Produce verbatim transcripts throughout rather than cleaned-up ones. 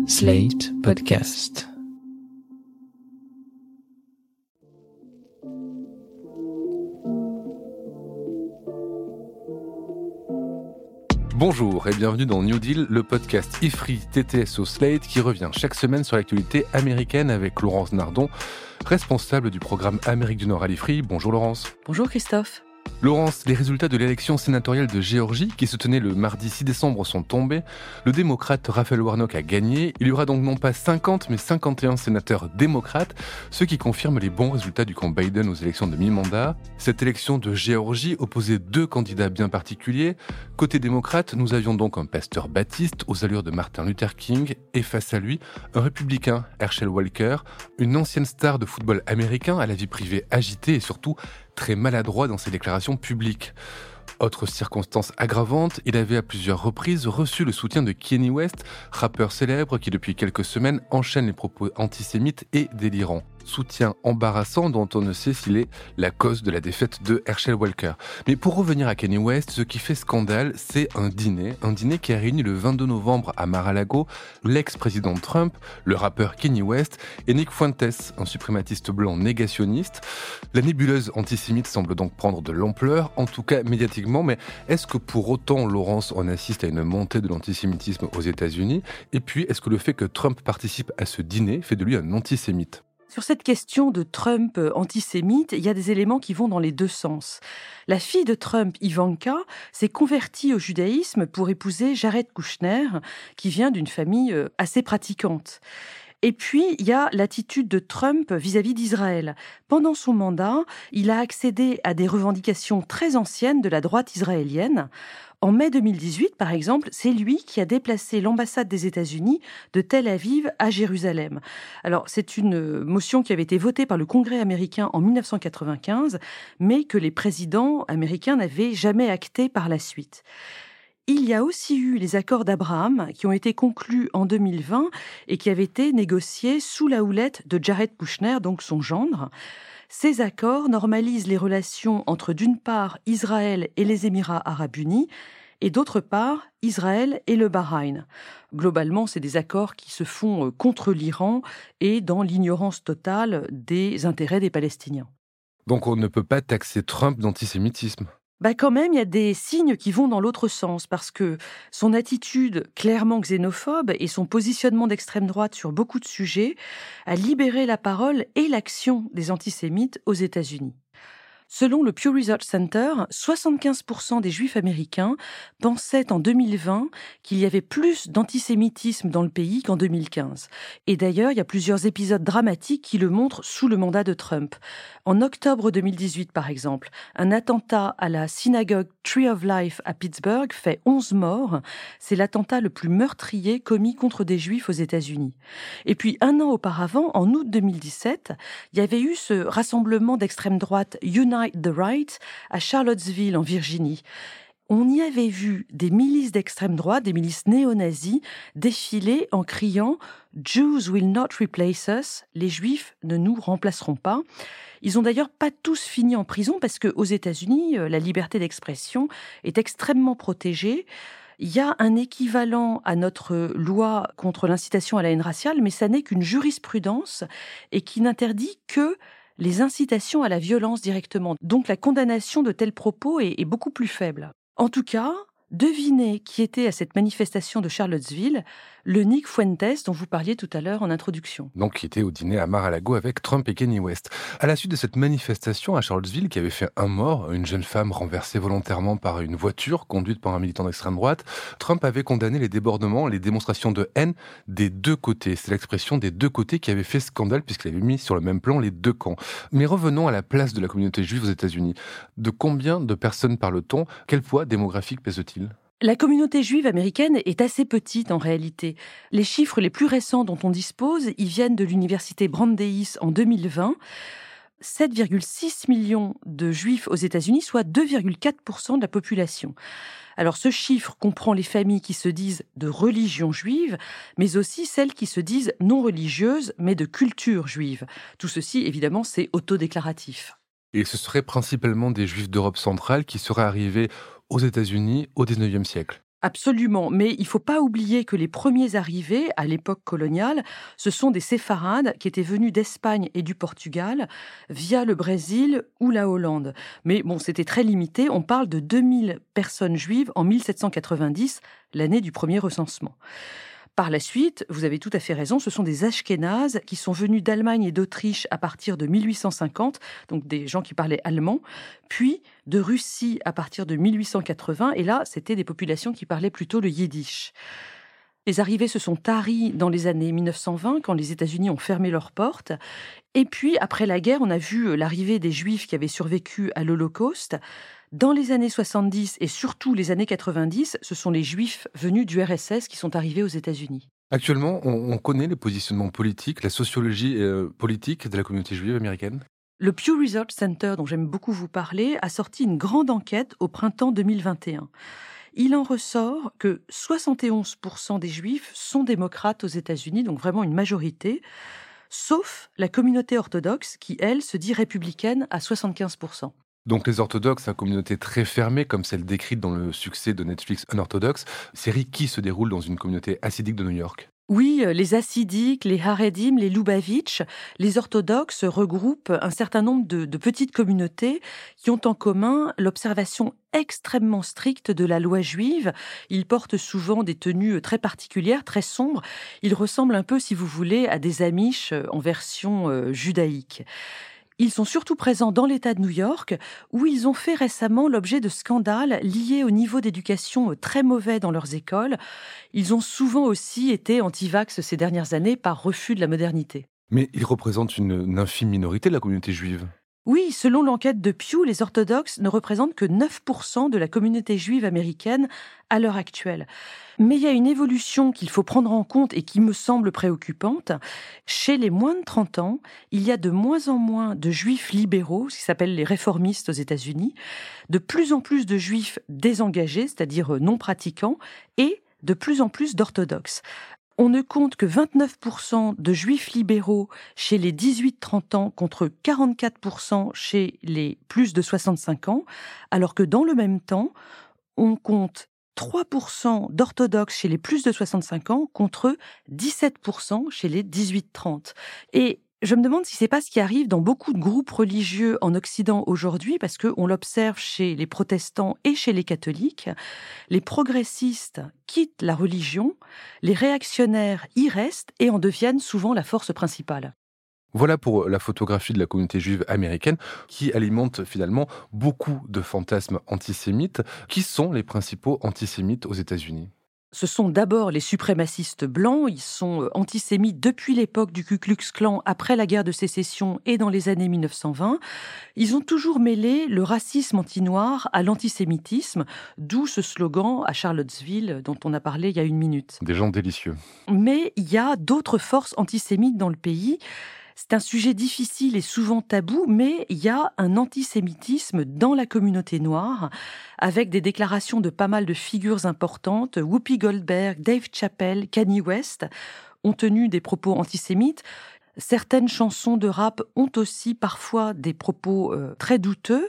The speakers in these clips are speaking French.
Slate Podcast. Bonjour et bienvenue dans New Deal, le podcast I F R I T T S au Slate qui revient chaque semaine sur l'actualité américaine avec Laurence Nardon, responsable du programme Amérique du Nord à l'I F R I. Bonjour Laurence. Bonjour Christophe. Laurence, les résultats de l'élection sénatoriale de Géorgie qui se tenait le mardi six décembre sont tombés. Le démocrate Raphaël Warnock a gagné. Il y aura donc non pas cinquante mais cinquante et un sénateurs démocrates, ce qui confirme les bons résultats du camp Biden aux élections de mi-mandat. Cette élection de Géorgie opposait deux candidats bien particuliers. Côté démocrate, nous avions donc un pasteur baptiste aux allures de Martin Luther King et face à lui, un républicain, Herschel Walker, une ancienne star de football américain à la vie privée agitée et surtout très maladroit dans ses déclarations publiques. Autre circonstance aggravante, il avait à plusieurs reprises reçu le soutien de Kanye West, rappeur célèbre qui depuis quelques semaines enchaîne les propos antisémites et délirants. Soutien embarrassant dont on ne sait s'il est la cause de la défaite de Herschel Walker. Mais pour revenir à Kanye West, ce qui fait scandale, c'est un dîner, un dîner qui a réuni le vingt-deux novembre à Mar-a-Lago l'ex-président Trump, le rappeur Kanye West et Nick Fuentes, un suprématiste blanc négationniste. La nébuleuse antisémite semble donc prendre de l'ampleur, en tout cas médiatiquement, mais est-ce que pour autant, Laurence, on assiste à une montée de l'antisémitisme aux États-Unis? Et puis, est-ce que le fait que Trump participe à ce dîner fait de lui un antisémite? Sur cette question de Trump antisémite, il y a des éléments qui vont dans les deux sens. La fille de Trump, Ivanka, s'est convertie au judaïsme pour épouser Jared Kushner, qui vient d'une famille assez pratiquante. Et puis, il y a l'attitude de Trump vis-à-vis d'Israël. Pendant son mandat, il a accédé à des revendications très anciennes de la droite israélienne. En mai deux mille dix-huit, par exemple, c'est lui qui a déplacé l'ambassade des États-Unis de Tel Aviv à Jérusalem. Alors, c'est une motion qui avait été votée par le Congrès américain en dix-neuf cent quatre-vingt-quinze, mais que les présidents américains n'avaient jamais actée par la suite. Il y a aussi eu les accords d'Abraham qui ont été conclus en deux mille vingt et qui avaient été négociés sous la houlette de Jared Kushner, donc son gendre. Ces accords normalisent les relations entre, d'une part, Israël et les Émirats arabes unis, et d'autre part, Israël et le Bahreïn. Globalement, c'est des accords qui se font contre l'Iran et dans l'ignorance totale des intérêts des Palestiniens. Donc on ne peut pas taxer Trump d'antisémitisme? Bah quand même, il y a des signes qui vont dans l'autre sens, parce que son attitude clairement xénophobe et son positionnement d'extrême droite sur beaucoup de sujets a libéré la parole et l'action des antisémites aux États-Unis. Selon le Pew Research Center, soixante-quinze pour cent des Juifs américains pensaient en deux mille vingt qu'il y avait plus d'antisémitisme dans le pays qu'en deux mille quinze. Et d'ailleurs, il y a plusieurs épisodes dramatiques qui le montrent sous le mandat de Trump. En octobre deux mille dix-huit, par exemple, un attentat à la synagogue Tree of Life à Pittsburgh fait onze morts. C'est l'attentat le plus meurtrier commis contre des Juifs aux États-Unis. Et puis, un an auparavant, en août deux mille dix-sept, il y avait eu ce rassemblement d'extrême droite Unite the Right à Charlottesville, en Virginie. On y avait vu des milices d'extrême droite, des milices néo-nazis, défiler en criant « Jews will not replace us », les Juifs ne nous remplaceront pas. Ils ont d'ailleurs pas tous fini en prison parce qu'aux États-Unis, la liberté d'expression est extrêmement protégée. Il y a un équivalent à notre loi contre l'incitation à la haine raciale, mais ça n'est qu'une jurisprudence et qui n'interdit que les incitations à la violence directement. Donc la condamnation de tels propos est, est beaucoup plus faible. En tout cas, devinez qui était à cette manifestation de Charlottesville, le Nick Fuentes dont vous parliez tout à l'heure en introduction. Donc qui était au dîner à Mar-a-Lago avec Trump et Kanye West. À la suite de cette manifestation à Charlottesville qui avait fait un mort, une jeune femme renversée volontairement par une voiture conduite par un militant d'extrême droite, Trump avait condamné les débordements, les démonstrations de haine des deux côtés. C'est l'expression des deux côtés qui avait fait scandale puisqu'il avait mis sur le même plan les deux camps. Mais revenons à la place de la communauté juive aux États-Unis. De combien de personnes parle-t-on? Quel poids démographique pèse-t-il? La communauté juive américaine est assez petite en réalité. Les chiffres les plus récents dont on dispose, ils viennent de l'université Brandeis en deux mille vingt. sept virgule six millions de juifs aux États-Unis, soit deux virgule quatre pour cent de la population. Alors ce chiffre comprend les familles qui se disent de religion juive, mais aussi celles qui se disent non religieuses, mais de culture juive. Tout ceci, évidemment, c'est autodéclaratif. Et ce seraient principalement des juifs d'Europe centrale qui seraient arrivés aux États-Unis au dix-neuvième siècle. Absolument, mais il ne faut pas oublier que les premiers arrivés, à l'époque coloniale, ce sont des séfarades qui étaient venus d'Espagne et du Portugal via le Brésil ou la Hollande. Mais bon, c'était très limité, on parle de deux mille personnes juives en mille sept cent quatre-vingt-dix, l'année du premier recensement. Par la suite, vous avez tout à fait raison, ce sont des Ashkénazes qui sont venus d'Allemagne et d'Autriche à partir de mille huit cent cinquante, donc des gens qui parlaient allemand, puis de Russie à partir de mille huit cent quatre-vingts, et là, c'était des populations qui parlaient plutôt le yiddish. Les arrivées se sont taries dans les années mille neuf cent vingt, quand les États-Unis ont fermé leurs portes. Et puis, après la guerre, on a vu l'arrivée des Juifs qui avaient survécu à l'Holocauste. Dans les années soixante-dix et surtout les années quatre-vingt-dix, ce sont les Juifs venus du R S S qui sont arrivés aux États-Unis. Actuellement, on, on connaît les positionnements politiques, la sociologie euh, politique de la communauté juive américaine ? Le Pew Research Center, dont j'aime beaucoup vous parler, a sorti une grande enquête au printemps deux mille vingt et un. Il en ressort que soixante et onze pour cent des Juifs sont démocrates aux États-Unis, donc vraiment une majorité, sauf la communauté orthodoxe qui, elle, se dit républicaine à soixante-quinze pour cent. Donc les orthodoxes, une communauté très fermée, comme celle décrite dans le succès de Netflix Unorthodox, série qui se déroule dans une communauté hassidique de New York. Oui, les Hassidiques, les Haredim, les Lubavitch, les orthodoxes regroupent un certain nombre de, de petites communautés qui ont en commun l'observation extrêmement stricte de la loi juive. Ils portent souvent des tenues très particulières, très sombres. Ils ressemblent un peu, si vous voulez, à des Amish en version euh, judaïque. Ils sont surtout présents dans l'État de New York, où ils ont fait récemment l'objet de scandales liés au niveau d'éducation très mauvais dans leurs écoles. Ils ont souvent aussi été anti-vax ces dernières années par refus de la modernité. Mais ils représentent une, une infime minorité de la communauté juive. Oui, selon l'enquête de Pew, les orthodoxes ne représentent que neuf pour cent de la communauté juive américaine à l'heure actuelle. Mais il y a une évolution qu'il faut prendre en compte et qui me semble préoccupante. Chez les moins de trente ans, il y a de moins en moins de juifs libéraux, ce qui s'appelle les réformistes aux États-Unis, de plus en plus de juifs désengagés, c'est-à-dire non pratiquants, et de plus en plus d'orthodoxes. On ne compte que vingt-neuf pour cent de juifs libéraux chez les dix-huit trente ans contre quarante-quatre pour cent chez les plus de soixante-cinq ans, alors que dans le même temps, on compte trois pour cent d'orthodoxes chez les plus de soixante-cinq ans contre dix-sept pour cent chez les dix-huit trente. Et je me demande si c'est pas ce qui arrive dans beaucoup de groupes religieux en Occident aujourd'hui, parce qu'on l'observe chez les protestants et chez les catholiques. Les progressistes quittent la religion, les réactionnaires y restent et en deviennent souvent la force principale. Voilà pour la photographie de la communauté juive américaine qui alimente finalement beaucoup de fantasmes antisémites. Qui sont les principaux antisémites aux États-Unis ? Ce sont d'abord les suprémacistes blancs, ils sont antisémites depuis l'époque du Ku Klux Klan, après la guerre de sécession et dans les années mille neuf cent vingt. Ils ont toujours mêlé le racisme anti-noir à l'antisémitisme, d'où ce slogan à Charlottesville dont on a parlé il y a une minute. Des gens délicieux. Mais il y a d'autres forces antisémites dans le pays. C'est un sujet difficile et souvent tabou, mais il y a un antisémitisme dans la communauté noire, avec des déclarations de pas mal de figures importantes. Whoopi Goldberg, Dave Chappelle, Kanye West ont tenu des propos antisémites. Certaines chansons de rap ont aussi parfois des propos euh, très douteux.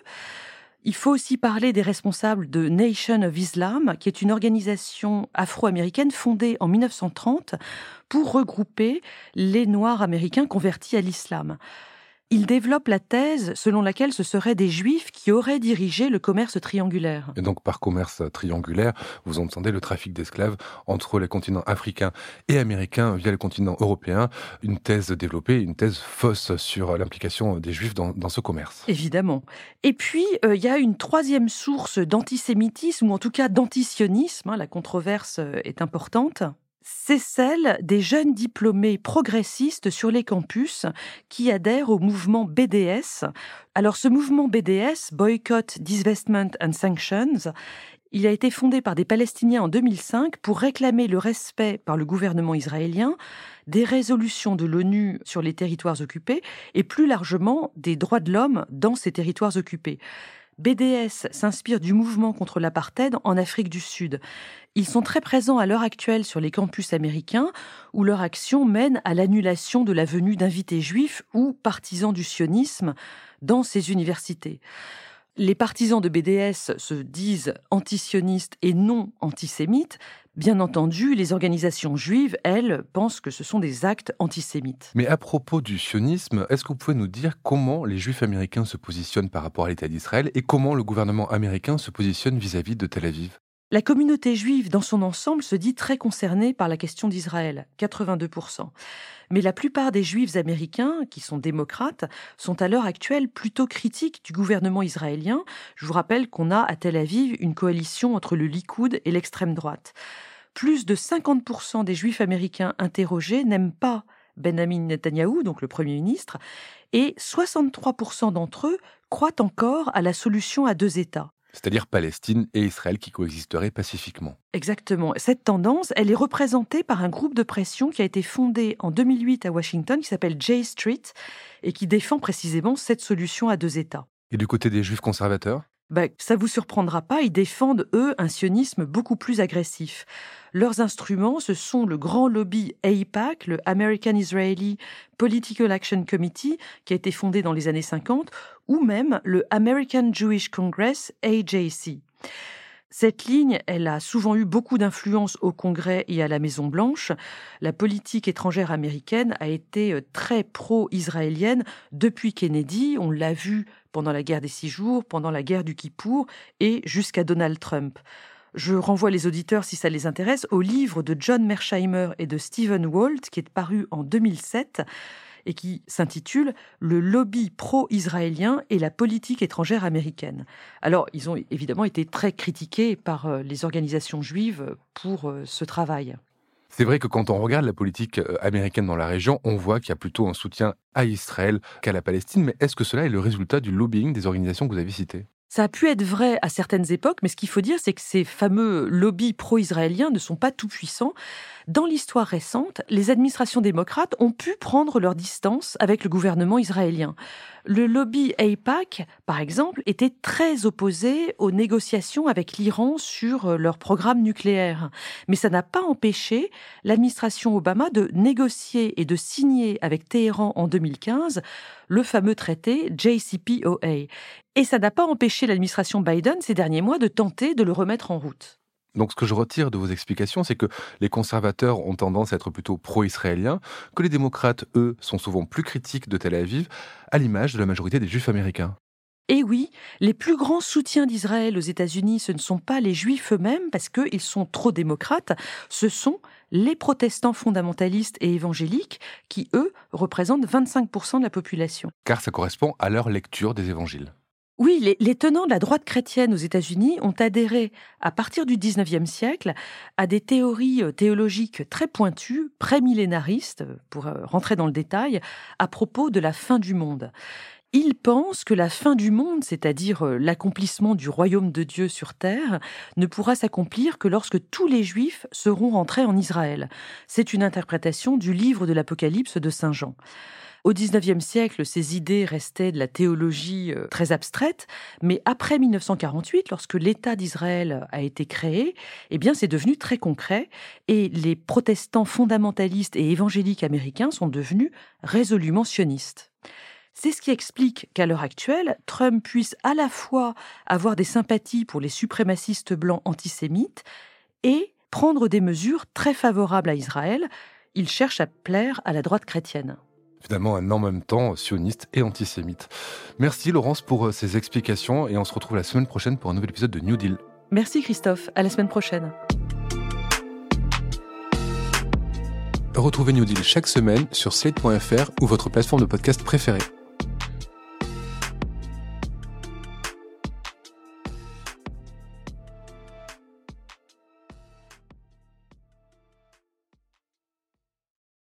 Il faut aussi parler des responsables de Nation of Islam, qui est une organisation afro-américaine fondée en mille neuf cent trente pour regrouper les Noirs américains convertis à l'islam. Ils développent la thèse selon laquelle ce seraient des Juifs qui auraient dirigé le commerce triangulaire. Et donc par commerce triangulaire, vous entendez le trafic d'esclaves entre les continents africains et américains via le continent européen. Une thèse développée, une thèse fausse sur l'implication des Juifs dans, dans ce commerce. Évidemment. Et puis, euh, il y a une troisième source d'antisémitisme, ou en tout cas d'antisionisme, hein, la controverse est importante. C'est celle des jeunes diplômés progressistes sur les campus qui adhèrent au mouvement B D S. Alors ce mouvement B D S, Boycott, Divestment and Sanctions, il a été fondé par des Palestiniens en deux mille cinq pour réclamer le respect par le gouvernement israélien des résolutions de l'ONU sur les territoires occupés et plus largement des droits de l'homme dans ces territoires occupés. B D S s'inspire du mouvement contre l'apartheid en Afrique du Sud. Ils sont très présents à l'heure actuelle sur les campus américains où leur action mène à l'annulation de la venue d'invités juifs ou partisans du sionisme dans ces universités. Les partisans de B D S se disent antisionistes et non antisémites. Bien entendu, les organisations juives, elles, pensent que ce sont des actes antisémites. Mais à propos du sionisme, est-ce que vous pouvez nous dire comment les juifs américains se positionnent par rapport à l'État d'Israël et comment le gouvernement américain se positionne vis-à-vis de Tel Aviv ? La communauté juive dans son ensemble se dit très concernée par la question d'Israël, quatre-vingt-deux pour cent. Mais la plupart des juifs américains, qui sont démocrates, sont à l'heure actuelle plutôt critiques du gouvernement israélien. Je vous rappelle qu'on a à Tel Aviv une coalition entre le Likoud et l'extrême droite. Plus de cinquante pour cent des juifs américains interrogés n'aiment pas Benjamin Netanyahou, donc le Premier ministre, et soixante-trois pour cent d'entre eux croient encore à la solution à deux États. C'est-à-dire Palestine et Israël qui coexisteraient pacifiquement. Exactement. Cette tendance, elle est représentée par un groupe de pression qui a été fondé en deux mille huit à Washington, qui s'appelle J Street, et qui défend précisément cette solution à deux États. Et du côté des juifs conservateurs ? Ben, ça vous surprendra pas, ils défendent, eux, un sionisme beaucoup plus agressif. Leurs instruments, ce sont le grand lobby A I P A C, le American Israeli Political Action Committee, qui a été fondé dans les années cinquante, ou même le American Jewish Congress, A J C. Cette ligne, elle a souvent eu beaucoup d'influence au Congrès et à la Maison-Blanche. La politique étrangère américaine a été très pro-israélienne depuis Kennedy. On l'a vu pendant la guerre des Six Jours, pendant la guerre du Kippour et jusqu'à Donald Trump. Je renvoie les auditeurs, si ça les intéresse, au livre de John Mearsheimer et de Stephen Walt, qui est paru en deux mille sept et qui s'intitule « Le lobby pro-israélien et la politique étrangère américaine ». Alors, ils ont évidemment été très critiqués par les organisations juives pour ce travail. C'est vrai que quand on regarde la politique américaine dans la région, on voit qu'il y a plutôt un soutien à Israël qu'à la Palestine. Mais est-ce que cela est le résultat du lobbying des organisations que vous avez citées ? Ça a pu être vrai à certaines époques, mais ce qu'il faut dire, c'est que ces fameux lobbies pro-israéliens ne sont pas tout puissants. Dans l'histoire récente, les administrations démocrates ont pu prendre leur distance avec le gouvernement israélien. Le lobby A I P A C, par exemple, était très opposé aux négociations avec l'Iran sur leur programme nucléaire. Mais ça n'a pas empêché l'administration Obama de négocier et de signer avec Téhéran en deux mille quinze le fameux traité J C P O A. Et ça n'a pas empêché l'administration Biden ces derniers mois de tenter de le remettre en route. Donc ce que je retire de vos explications, c'est que les conservateurs ont tendance à être plutôt pro-israéliens, que les démocrates, eux, sont souvent plus critiques de Tel Aviv, à l'image de la majorité des juifs américains. Et oui, les plus grands soutiens d'Israël aux États-Unis, ce ne sont pas les juifs eux-mêmes, parce qu'ils sont trop démocrates, ce sont les protestants fondamentalistes et évangéliques, qui, eux, représentent vingt-cinq pour cent de la population. Car ça correspond à leur lecture des évangiles. Oui, les, les tenants de la droite chrétienne aux États-Unis ont adhéré, à partir du dix-neuvième siècle, à des théories théologiques très pointues, pré-millénaristes, pour rentrer dans le détail, à propos de la fin du monde. Ils pensent que la fin du monde, c'est-à-dire l'accomplissement du royaume de Dieu sur terre, ne pourra s'accomplir que lorsque tous les Juifs seront rentrés en Israël. C'est une interprétation du livre de l'Apocalypse de Saint Jean. Au dix-neuvième siècle, ces idées restaient de la théologie très abstraite, mais après mille neuf cent quarante-huit, lorsque l'État d'Israël a été créé, eh bien, c'est devenu très concret et les protestants fondamentalistes et évangéliques américains sont devenus résolument sionistes. C'est ce qui explique qu'à l'heure actuelle, Trump puisse à la fois avoir des sympathies pour les suprémacistes blancs antisémites et prendre des mesures très favorables à Israël. Il cherche à plaire à la droite chrétienne. Finalement, un en même temps sioniste et antisémite. Merci Laurence pour ces explications et on se retrouve la semaine prochaine pour un nouvel épisode de New Deal. Merci Christophe, à la semaine prochaine. Retrouvez New Deal chaque semaine sur slate point f r ou votre plateforme de podcast préférée.